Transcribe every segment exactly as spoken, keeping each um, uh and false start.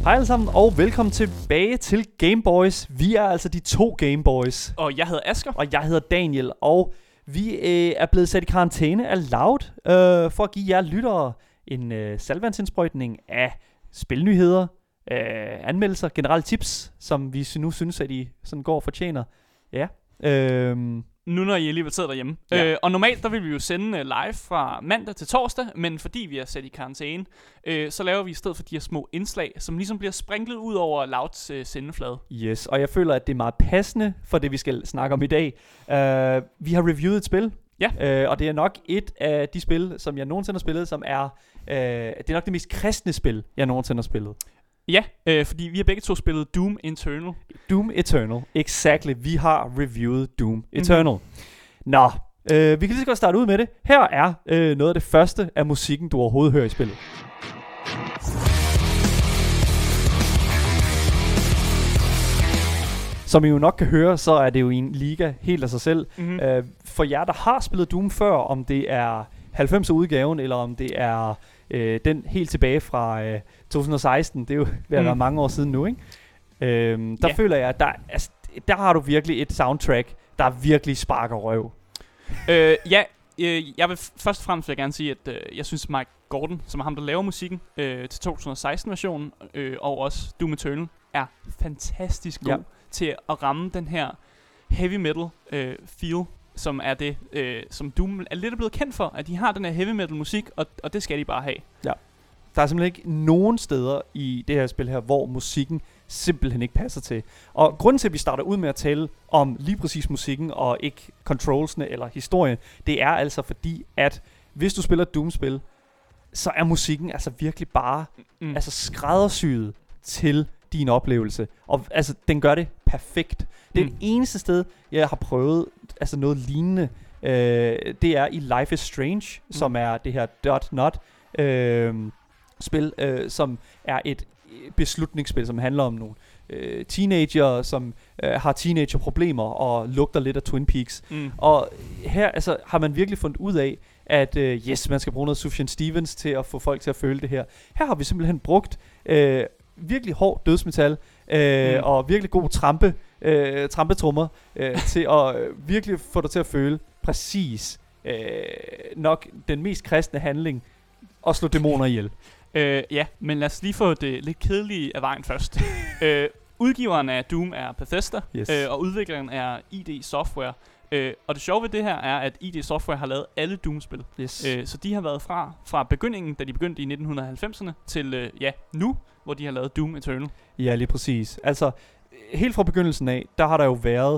Hej alle sammen, og velkommen tilbage til Gameboys. Vi er altså de to Gameboys. Og jeg hedder Asger. Og jeg hedder Daniel, og vi øh, er blevet sat i karantæne af Loud, øh, for at give jer lyttere en øh, saltvandsindsprøjtning af spilnyheder, øh, anmeldelser, generelle tips, som vi nu synes, at I sådan går og fortjener. Ja. Øh, Nu når I alligevel sidder derhjemme. Ja. Øh, og normalt der vil vi jo sende uh, live fra mandag til torsdag, men fordi vi er sat i karantæne, øh, så laver vi i stedet for de her små indslag, som ligesom bliver sprinklet ud over Louds uh, sendeflade. Yes, og jeg føler, at det er meget passende for det, vi skal snakke om i dag. Uh, vi har reviewet et spil, Ja. uh, og det er nok et af de spil, som jeg nogensinde har spillet, som er, uh, det er nok det mest kristne spil, jeg nogensinde har spillet. Ja, øh, fordi vi har begge to spillet Doom Eternal. Doom Eternal, exactly. Vi har reviewet Doom Eternal. Mm-hmm. Nå, øh, vi kan lige så godt starte ud med det. Her er øh, noget af det første af musikken, du overhovedet hører i spillet. Som I jo nok kan høre, så er det jo en liga helt af sig selv. Mm-hmm. Øh, for jer, der har spillet Doom før, om det er halvfemser udgaven, eller om det er øh, den helt tilbage fra øh, to tusind og seksten, det er jo ved at være mm. mange år siden nu, ikke? Øh, der ja. føler jeg, at der, altså, der har du virkelig et soundtrack, der virkelig sparker røv. øh, ja, øh, jeg vil f- først og fremmest vil jeg gerne sige, at øh, jeg synes Mike Gordon, som er ham, der laver musikken øh, til to tusind og seksten-versionen, øh, og også Doom Eternal, er fantastisk god ja. til at ramme den her heavy metal øh, feel, som er det, øh, som Doom er lidt blevet kendt for, at de har den her heavy metal musik, og, og det skal de bare have. Ja. Der er simpelthen ikke nogen steder i det her spil her, hvor musikken simpelthen ikke passer til. Og grunden til, at vi starter ud med at tale om lige præcis musikken, og ikke controlsene eller historien, det er altså fordi, at hvis du spiller et Doom-spil, så er musikken altså virkelig bare mm. altså skræddersyet til din oplevelse. Og altså, den gør det perfekt. Det er mm. det eneste sted, jeg har prøvet altså noget lignende. Øh, det er i Life is Strange, mm. som er det her dot not øh, spil, øh, som er et beslutningsspil, som handler om nogle øh, teenager, som øh, har teenagerproblemer og lugter lidt af Twin Peaks. Mm. Og her altså, har man virkelig fundet ud af, at øh, yes, man skal bruge noget Sufjan Stevens til at få folk til at føle det her. Her har vi simpelthen brugt øh, virkelig hård dødsmetal øh, mm. og virkelig god trampe, øh, trampetrummer øh, til at øh, virkelig få dig til at føle præcis øh, nok den mest kristne handling, at slå dæmoner ihjel. Øh, ja, men lad os lige få det lidt kedelige af vejen først. øh, udgiveren af Doom er Bethesda, yes. øh, og udvikleren er I D Software. Øh, og det sjove ved det her er, at I D Software har lavet alle Doom-spil. Yes. Øh, så de har været fra, fra begyndingen, da de begyndte i nitten halvfemserne, til øh, ja, nu, hvor de har lavet Doom Eternal. Ja, lige præcis. Altså, helt fra begyndelsen af, der har der jo været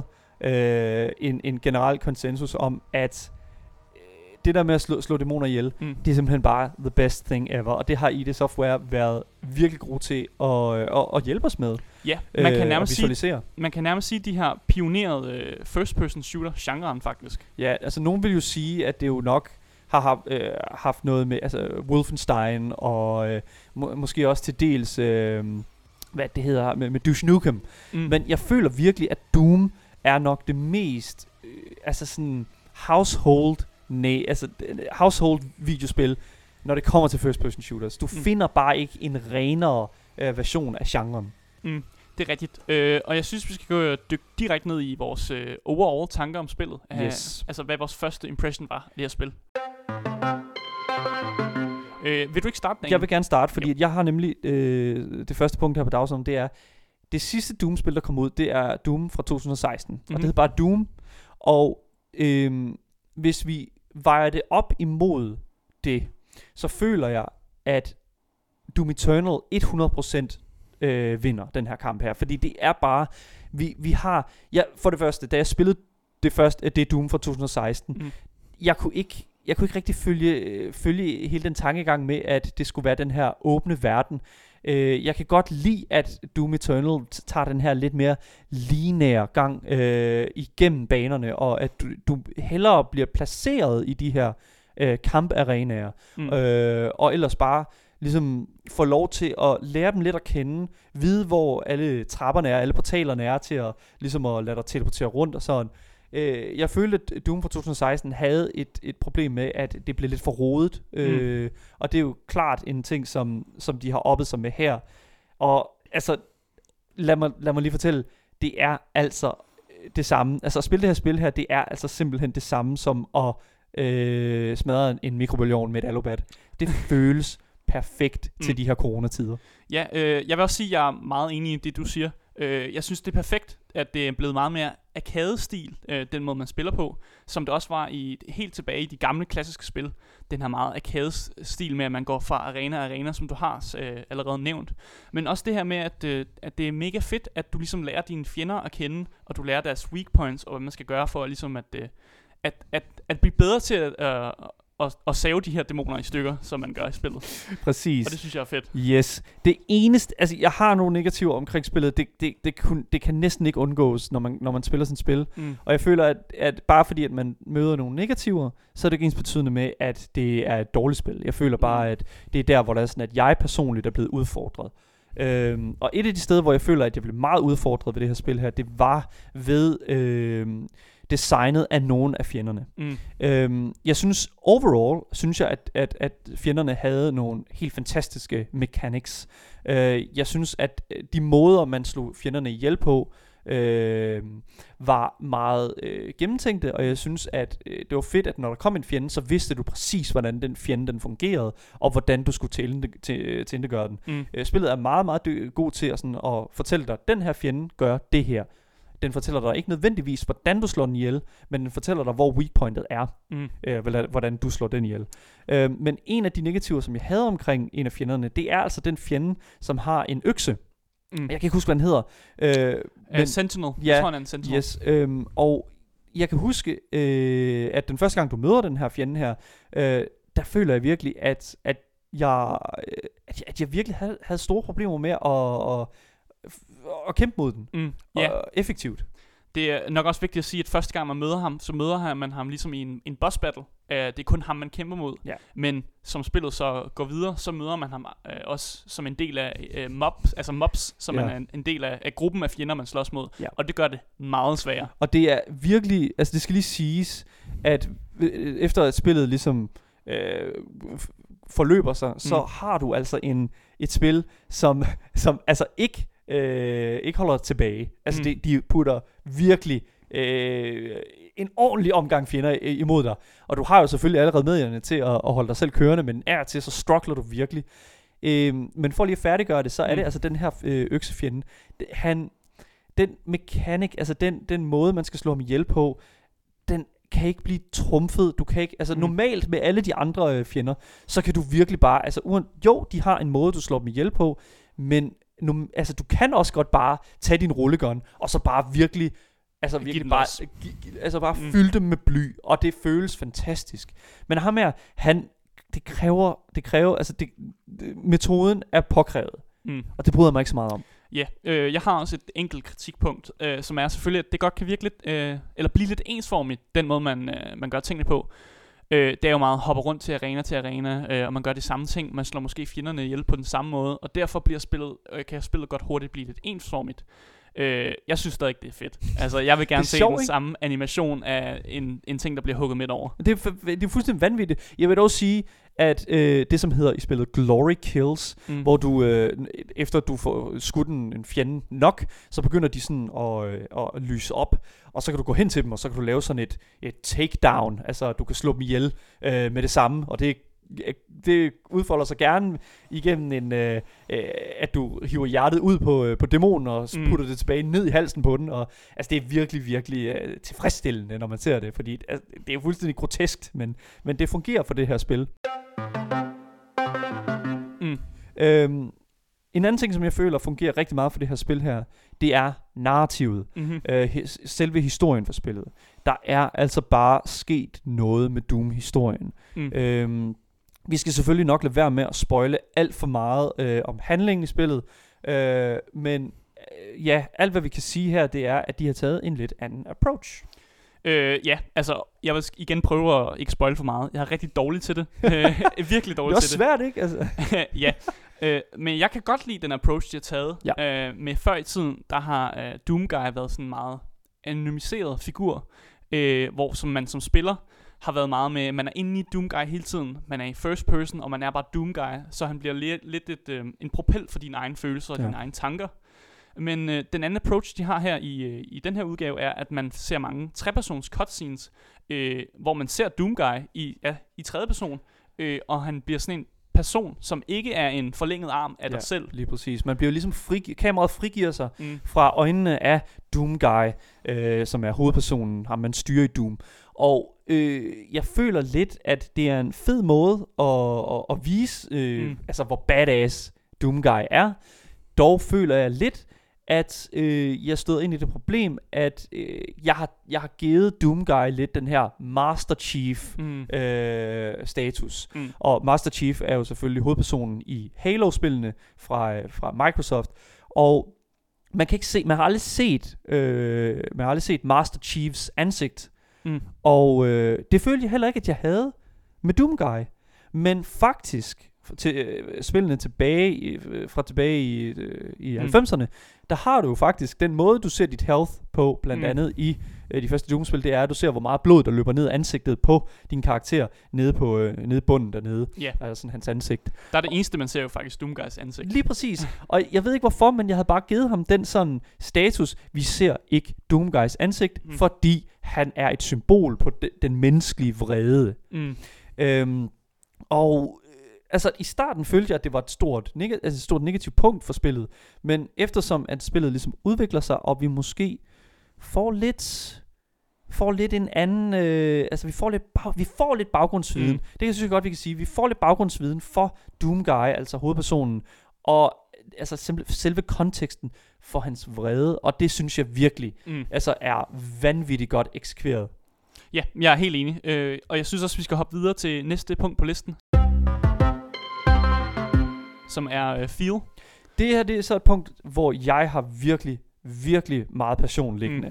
øh, en, en generel konsensus om, at det der med at slå, slå dæmoner ihjel, mm. det er simpelthen bare the best thing ever. Og det har I D Software været virkelig gode til at, at, at hjælpe os med. Ja, man kan nærmest øh, sige, man kan nærmest sige, at de har pioneret øh, first-person shooter-genren faktisk. Ja, altså nogen vil jo sige, at det jo nok har haft, øh, haft noget med altså Wolfenstein og øh, må, måske også til dels øh, hvad det hedder med, med Duke Nukem. Mm. Men jeg føler virkelig, at Doom er nok det mest øh, altså sådan household Nej, altså household videospil, når det kommer til first person shooters. Du mm. finder bare ikke en renere øh, version af genren. Mm, det er rigtigt. Øh, og jeg synes, vi skal gå dykke direkte ned i vores øh, overall tanker om spillet. Yes. Uh, altså, hvad vores første impression var af det her spil. Øh, vil du ikke starte, Daniel? Jeg vil gerne starte, fordi jeg har nemlig øh, det første punkt her på dagsordenen, det er det sidste Doom-spil, der kom ud, det er Doom fra to tusind og seksten. Mm-hmm. Og det hedder bare Doom. Og øh, hvis vi vejer det op imod det, så føler jeg, at Doom Eternal hundrede procent øh, vinder den her kamp her. Fordi det er bare, vi, vi har, ja, for det første, da jeg spillede det første, det Doom fra to tusind og seksten, mm. jeg kunne ikke, jeg kunne ikke rigtig følge, følge hele den tankegang med, at det skulle være den her åbne verden. Uh, jeg kan godt lide, at Doom Eternal tager den her lidt mere lineære gang uh, igennem banerne, og at du, du hellere bliver placeret i de her uh, kamparenaer, mm. uh, og ellers bare ligesom får lov til at lære dem lidt at kende, vide hvor alle trapperne er, alle portalerne er, til at, ligesom at lade dig teleportere rundt og sådan. Uh, jeg følte, at Doom fra to tusind og seksten havde et, et problem med, at det blev lidt for rodet. Mm. Uh, og det er jo klart en ting, som, som de har oppet sig med her. Og altså, lad mig, lad mig lige fortælle, det er altså det samme. Altså at spille det her spil her, det er altså simpelthen det samme som at øh, smadre en, en mikrobølgeovn med et alubat. Det føles perfekt mm. til de her coronatider. Ja, øh, jeg vil også sige, at jeg er meget enig i det, du siger. Øh, jeg synes, det er perfekt, at det er blevet meget mere arcade-stil, øh, den måde, man spiller på, som det også var i helt tilbage i de gamle klassiske spil. Den her meget arcade-stil med, at man går fra arena og arena, som du har øh, allerede nævnt. Men også det her med, at, øh, at det er mega fedt, at du ligesom lærer dine fjender at kende, og du lærer deres weak points, og hvad man skal gøre for ligesom at, øh, at, at, at blive bedre til at... Øh, Og, og save de her dæmoner i stykker, som man gør i spillet. Præcis. Og det synes jeg er fedt. Yes. Det eneste, altså jeg har nogle negativer omkring spillet, det, det, det, kun, det kan næsten ikke undgås, når man, når man spiller sådan et spil. Mm. Og jeg føler, at, at bare fordi, at man møder nogle negativer, så er det ikke ensbetydende med, at det er et dårligt spil. Jeg føler bare, at det er der, hvor det er sådan, at jeg personligt er blevet udfordret. Øhm, og et af de steder, hvor jeg føler, at jeg blev meget udfordret ved det her spil her, det var ved... Øhm, designet af nogle af fjenderne. Mm. Øhm, jeg synes, overall, synes jeg, at, at, at fjenderne havde nogle helt fantastiske mechanics. Øh, jeg synes, at de måder, man slog fjenderne ihjel på, øh, var meget øh, gennemtænkte, og jeg synes, at øh, det var fedt, at når der kom en fjende, så vidste du præcis, hvordan den fjende den fungerede, og hvordan du skulle tilindegøre den. Mm. Øh, spillet er meget, meget dy- god til at, sådan, at fortælle dig, at den her fjende gør det her. Den fortæller dig ikke nødvendigvis, hvordan du slår den ihjel, men den fortæller dig, hvor weak pointet er, mm. øh, hvordan du slår den ihjel. Øh, men en af de negativer, som jeg havde omkring en af fjenderne, det er altså den fjende, som har en økse. Mm. Jeg kan ikke huske, hvad den hedder. Øh, uh, men, Sentinel. Ja, jeg tror, han er en Sentinel. Yes, øh, og jeg kan huske, øh, at den første gang, du møder den her fjende her, øh, der føler jeg virkelig, at, at, jeg, at, jeg, at jeg virkelig havde, havde store problemer med at... at og kæmpe mod den. Mm, yeah. Og effektivt. Det er nok også vigtigt at sige, at første gang man møder ham, så møder man ham ligesom i en, en boss battle. Uh, det er kun ham, man kæmper mod. Yeah. Men som spillet så går videre, så møder man ham uh, også som en del af uh, mobs, altså mobs, som yeah. er en, en del af, af gruppen af fjender, man slås mod. Yeah. Og det gør det meget sværere. Og det er virkelig, altså det skal lige siges, at øh, efter at spillet ligesom øh, forløber sig, mm. så har du altså en, et spil, som, som altså ikke Øh, ikke holder tilbage. Altså mm. de, de putter virkelig øh, en ordentlig omgang fjender imod dig. Og du har jo selvfølgelig allerede medhjælperne til at, at holde dig selv kørende, men er til, så struggler du virkelig. Øh, men for lige at færdiggøre det, så er mm. det altså den her øh, øksefjende. Han, den mekanik, altså den, den måde, man skal slå ham ihjel på, den kan ikke blive trumfet. Du kan ikke, altså mm. normalt med alle de andre øh, fjender, så kan du virkelig bare, altså uden, jo, de har en måde, du slår dem ihjel på, men Nu, altså du kan også godt bare tage din rullegun og så bare virkelig altså virkelig bare gi, gi, altså bare mm. fylde dem med bly, og det føles fantastisk. Men ham her, han det kræver det kræver altså det, det, metoden er påkrævet. Mm. Og det bryder mig ikke så meget om. Ja, yeah, øh, jeg har også et enkelt kritikpunkt, øh, som er selvfølgelig, at det godt kan virke lidt øh, eller blive lidt ensformigt, den måde man øh, man gør tingene på. Øh, det er jo meget hopper rundt til arena til arena, øh, og man gør de samme ting. Man slår måske fjenderne ihjel på den samme måde, og derfor bliver spillet, øh, kan spillet godt hurtigt blive lidt ensformigt. Øh, jeg synes stadig ikke, det er fedt. Altså, jeg vil gerne se sjov, den ikke? samme animation af en, en ting, der bliver hugget midt over. Det er, det er fuldstændig vanvittigt. Jeg vil dog sige, at øh, det som hedder i spillet Glory Kills, mm. hvor du, øh, efter du får skudt en, en fjende nok, så begynder de sådan at, øh, at lyse op, og så kan du gå hen til dem, og så kan du lave sådan et, et takedown, altså du kan slå dem ihjel øh, med det samme, og det det udfolder sig gerne igennem en, øh, øh, at du hiver hjertet ud på, øh, på dæmonen og putter mm. det tilbage ned i halsen på den, og altså det er virkelig, virkelig øh, tilfredsstillende, når man ser det, fordi altså, det er fuldstændig groteskt, men, men det fungerer for det her spil. Mm. Øhm, en anden ting, som jeg føler fungerer rigtig meget for det her spil her, det er narrativet. Mm-hmm. Øh, selve historien for spillet. Der er altså bare sket noget med Doom-historien. Mm. Øhm, vi skal selvfølgelig nok lade være med at spoile alt for meget øh, om handlingen i spillet, øh, men øh, ja, alt hvad vi kan sige her, det er, at de har taget en lidt anden approach. Øh, ja, altså, jeg vil igen prøve at ikke spoil for meget. Jeg er rigtig dårlig til det. øh, virkelig dårlig til det. Det er svært, ikke? Altså. ja, øh, men jeg kan godt lide den approach, de har taget. Ja. Øh, med før i tiden, der har øh, Doomguy været sådan en meget anonymiseret figur, øh, hvor som man som spiller har været meget med, man er inde i Doomguy hele tiden, man er i first person, og man er bare Doomguy, så han bliver lidt, lidt et, øh, en propel for dine egne følelser og ja. dine egne tanker. Men øh, den anden approach, de har her i, øh, i den her udgave, er, at man ser mange trepersons cutscenes, øh, hvor man ser Doomguy i, ja, i tredje person, øh, og han bliver sådan en person, som ikke er en forlænget arm af ja, dig selv. Lige præcis. Man bliver ligesom fri, kameraet frigiver sig mm. fra øjnene af Doomguy, øh, som er hovedpersonen, ham man styrer i Doom. Og øh, jeg føler lidt, at det er en fed måde at, at, at vise, øh, mm. altså hvor badass Doomguy er. Dog føler jeg lidt, at øh, jeg stod ind i det problem, at øh, jeg, har, jeg har givet Doomguy lidt den her Master Chief mm. øh, status. Mm. Og Master Chief er jo selvfølgelig hovedpersonen i Halo-spillene fra, øh, fra Microsoft. Og man kan ikke se, man har aldrig set, øh, man har aldrig set Master Chiefs ansigt. Mm. Og øh, det følte jeg heller ikke, at jeg havde med Doomguy. Men faktisk til øh, spillene tilbage øh, fra tilbage i, øh, i mm. halvfemserne, der har du jo faktisk den måde du ser dit health på, blandt mm. andet i øh, de første Doom-spil, det er at du ser hvor meget blod der løber ned ansigtet på din karakter nede på øh, nede i bunden dernede. Yeah. Altså sådan hans ansigt. Der er det eneste man ser jo faktisk Doomguys ansigt. Lige præcis. Og jeg ved ikke hvorfor, men jeg havde bare givet ham den sådan status, vi ser ikke Doomguys ansigt, mm. fordi han er et symbol på de, den menneskelige vrede. Mm. Øhm, og altså i starten følte jeg, at det var et stort, neg- altså et stort negativt punkt for spillet, men eftersom at spillet ligesom udvikler sig, og vi måske får lidt, får lidt en anden, øh, altså vi får lidt, bag- vi får lidt baggrundsviden, mm. det kan jeg synes godt, vi kan sige, vi får lidt baggrundsviden for Doomguy, altså hovedpersonen, og altså simple, selve konteksten for hans vrede, og det synes jeg virkelig, mm. altså er vanvittigt godt eksekveret. Ja, jeg er helt enig, øh, og jeg synes også, vi skal hoppe videre til næste punkt på listen, som er uh, feel. Det her, det er så et punkt, hvor jeg har virkelig, virkelig meget passion liggende.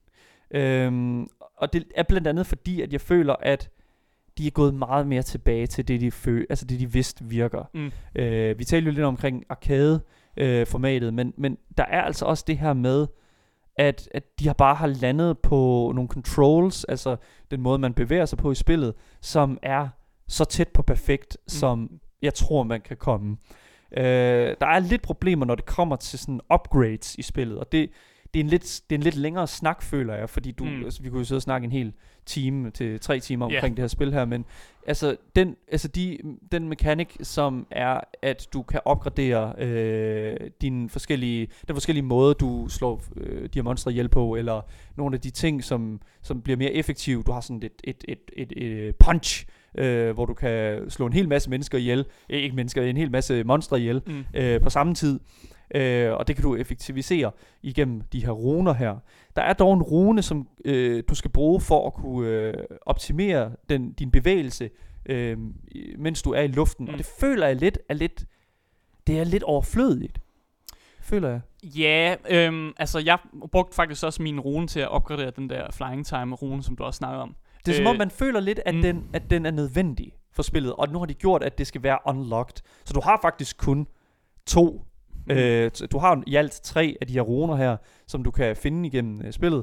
Mm. Øhm, og det er blandt andet fordi, at jeg føler, at de er gået meget mere tilbage til det, de føler, altså det, de vidste virker. Mm. Øh, vi talte jo lidt omkring arcade-formatet, øh, men, men der er altså også det her med, at, at de har bare har landet på nogle controls, altså den måde, man bevæger sig på i spillet, som er så tæt på perfekt, mm. som jeg tror, man kan komme. Øh, der er lidt problemer, når det kommer til sådan upgrades i spillet, og det, det, er, en lidt, det er en lidt længere snak, føler jeg, fordi du, mm. altså, vi kunne jo sidde og snakke en hel time til tre timer omkring yeah. det her spil her, men altså, den, altså de, den mekanik, som er, at du kan opgradere øh, dine forskellige, den forskellige måde, du slår øh, de her monstre ihjel på, eller nogle af de ting, som, som bliver mere effektive. Du har sådan et, et, et, et, et punch, Øh, hvor du kan slå en hel masse mennesker ihjel, eh, ikke mennesker, en hel masse monstre ihjel mm. øh, på samme tid, øh, og det kan du effektivisere igennem de her runer her. Der er dog en rune, som øh, du skal bruge for at kunne øh, optimere den, din bevægelse, øh, mens du er i luften, mm. og det føler jeg lidt er lidt, det er lidt overflødigt, føler jeg. Ja, øhm, altså jeg brugte faktisk også min rune til at opgradere den der flying time rune, som du også snakkede om. Det er som om man føler lidt, at, mm. den, at den er nødvendig for spillet, og nu har de gjort, at det skal være unlocked. Så du har faktisk kun to, mm. øh, du har i alt tre af de her runer her, som du kan finde igennem øh, spillet.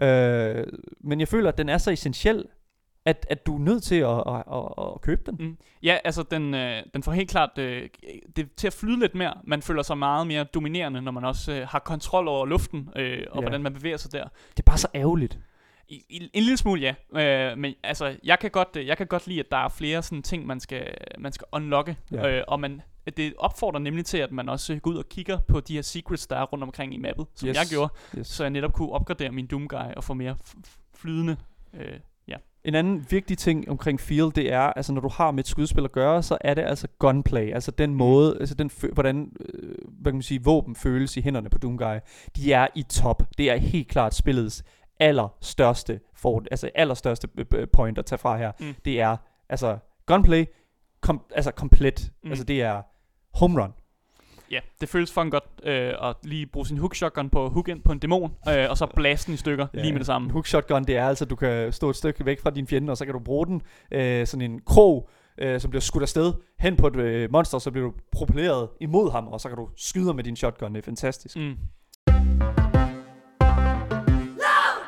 Øh, men jeg føler, at den er så essentiel, at, at du er nødt til at, at, at, at købe den. Mm. Ja, altså den, øh, den får helt klart øh, det til at flyde lidt mere. Man føler sig meget mere dominerende, når man også øh, har kontrol over luften, øh, og ja. hvordan man bevæger sig der. Det er bare så ærgerligt. I, i, en lille smule, ja. Øh, men altså, jeg kan godt, jeg kan godt lide, at der er flere sådan ting, man skal, man skal unlocke. Ja. Øh, og man, det opfordrer nemlig til, at man også går ud og kigger på de her secrets, der er rundt omkring i mappet, som yes. jeg gjorde, yes. så jeg netop kunne opgradere min Doomguy og få mere f- flydende. Øh, ja. En anden vigtig ting omkring feel, det er, altså når du har med et skydespil at gøre, så er det altså gunplay, altså den måde, altså den fø- hvordan, øh, hvad kan man sige, våben føles i hænderne på Doomguy. De er i top. Det er helt klart spillets allerstørste for, altså allerstørste point at tage fra her. Mm. Det er altså gunplay kom, altså komplet. Mm. Altså det er home run. Ja, det føles fucking godt øh, at lige bruge sin hook shotgun på hook ind på en dæmon, øh, og så blaste den i stykker ja, lige med det samme. En hook shotgun, det er altså, du kan stå et stykke væk fra din fjende, og så kan du bruge den øh, sådan en krog, øh, som bliver skudt afsted hen på et øh, monster, så bliver du propelleret imod ham, og så kan du skyde med din shotgun. Det er fantastisk. Mm.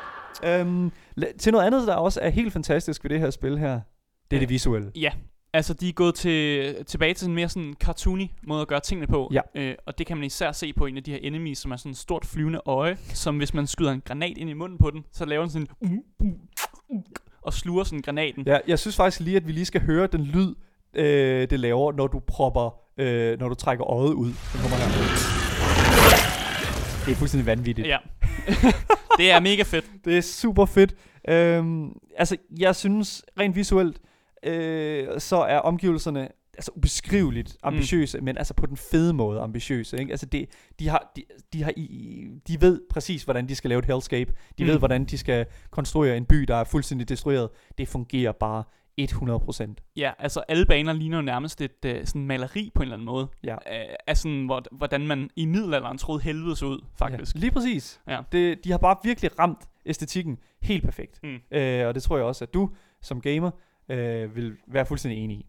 øhm, la- til noget andet, der også er helt fantastisk ved det her spil her, det er det visuelle. Ja, altså de er gået til, tilbage til en mere sådan cartoony måde at gøre tingene på. Ja. Øh, og det kan man især se på en af de her enemies, som er sådan et stort flyvende øje, som hvis man skyder en granat ind i munden på den, så laver den sådan en og sluger sådan granaten. Ja, jeg synes faktisk lige, at vi lige skal høre den lyd, øh, det laver, når du propper, øh, når du trækker øjet ud. Den kommer her. Det er fuldstændig vanvittigt. Ja. Det er mega fedt. Det er super fedt. Øhm, altså, jeg synes rent visuelt, øh, så er omgivelserne altså ubeskriveligt ambitiøse, mm. men altså på den fede måde ambitiøse, ikke? Altså det, de har, de, de har, i, de ved præcis hvordan de skal lave et hellscape. De mm. ved hvordan de skal konstruere en by der er fuldstændig destrueret. Det fungerer bare hundrede procent. Ja, altså alle baner ligner jo nærmest et uh, sådan maleri på en eller anden måde. Ja. Uh, af sådan hvor, hvordan man i middelalderen troede helvede så ud, faktisk. Ja, lige præcis. Ja. Det, de har bare virkelig ramt æstetikken helt perfekt. Mm. Øh, og det tror jeg også at du som gamer øh, vil være fuldstændig enig i.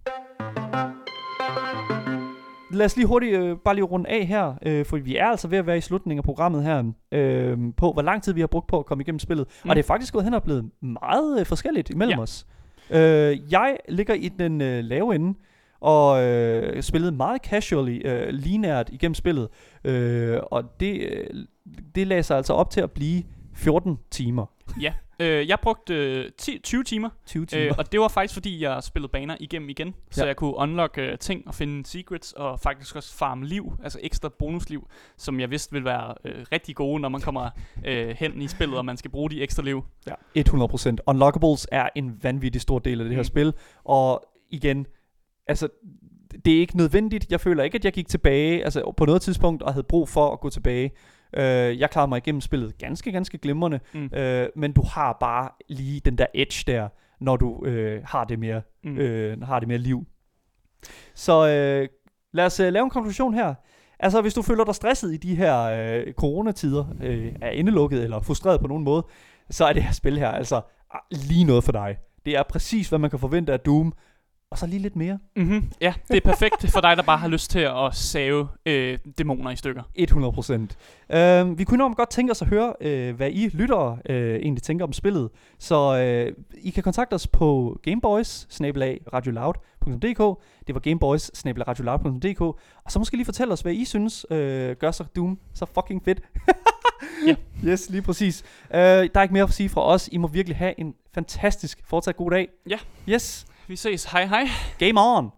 Lad os lige hurtigt øh, bare lige runde af her, øh, for vi er altså ved at være i slutningen af programmet her, øh, på hvor lang tid vi har brugt på at komme igennem spillet. Mm. Og det er faktisk gået hen og blevet meget øh, forskelligt imellem ja. os. Øh, jeg ligger i den øh, lave ende, og øh, spillede meget casually, øh, lineært igennem spillet. Øh, og det, øh, det lagde sig altså op til at blive fjorten timer. Ja, øh, jeg brugte øh, ti, tyve timer, tyve timer. Øh, og det var faktisk fordi jeg spillede baner igennem igen, så ja. jeg kunne unlock øh, ting og finde secrets og faktisk også farme liv, altså ekstra bonusliv, som jeg vidste ville være øh, rigtig gode, når man kommer øh, hen i spillet, og man skal bruge de ekstra liv. Ja, hundrede procent. Unlockables er en vanvittig stor del af det her mm. spil, og igen, altså det er ikke nødvendigt. Jeg føler ikke at jeg gik tilbage, altså på noget tidspunkt og havde brug for at gå tilbage. Uh, jeg klarede mig igennem spillet ganske, ganske glimrende, mm. uh, men du har bare lige den der edge der, når du uh, har det mere, mm. uh, har det mere liv. Så uh, lad os uh, lave en konklusion her. Altså, hvis du føler dig stresset i de her uh, coronatider, uh, er indelukket eller frustreret på nogen måde, så er det her spil her altså lige noget for dig. Det er præcis, hvad man kan forvente af Doom, og så lige lidt mere. Mm-hmm. Ja, det er perfekt for dig, der bare har lyst til at save øh, dæmoner i stykker. hundrede procent. Uh, vi kunne enormt godt tænke os at høre, uh, hvad I lyttere uh, egentlig tænker om spillet. Så uh, I kan kontakte os på gameboys snabel-a radioloud punktum d k. Det var gameboys snabel-a radioloud punktum d k. Og så måske lige fortælle os, hvad I synes uh, gør så Doom så fucking fedt. Ja. Yes, lige præcis. Uh, der er ikke mere at sige fra os. I må virkelig have en fantastisk fortsat god dag. Ja. Yes. Vi ses. Hej hej. Game on!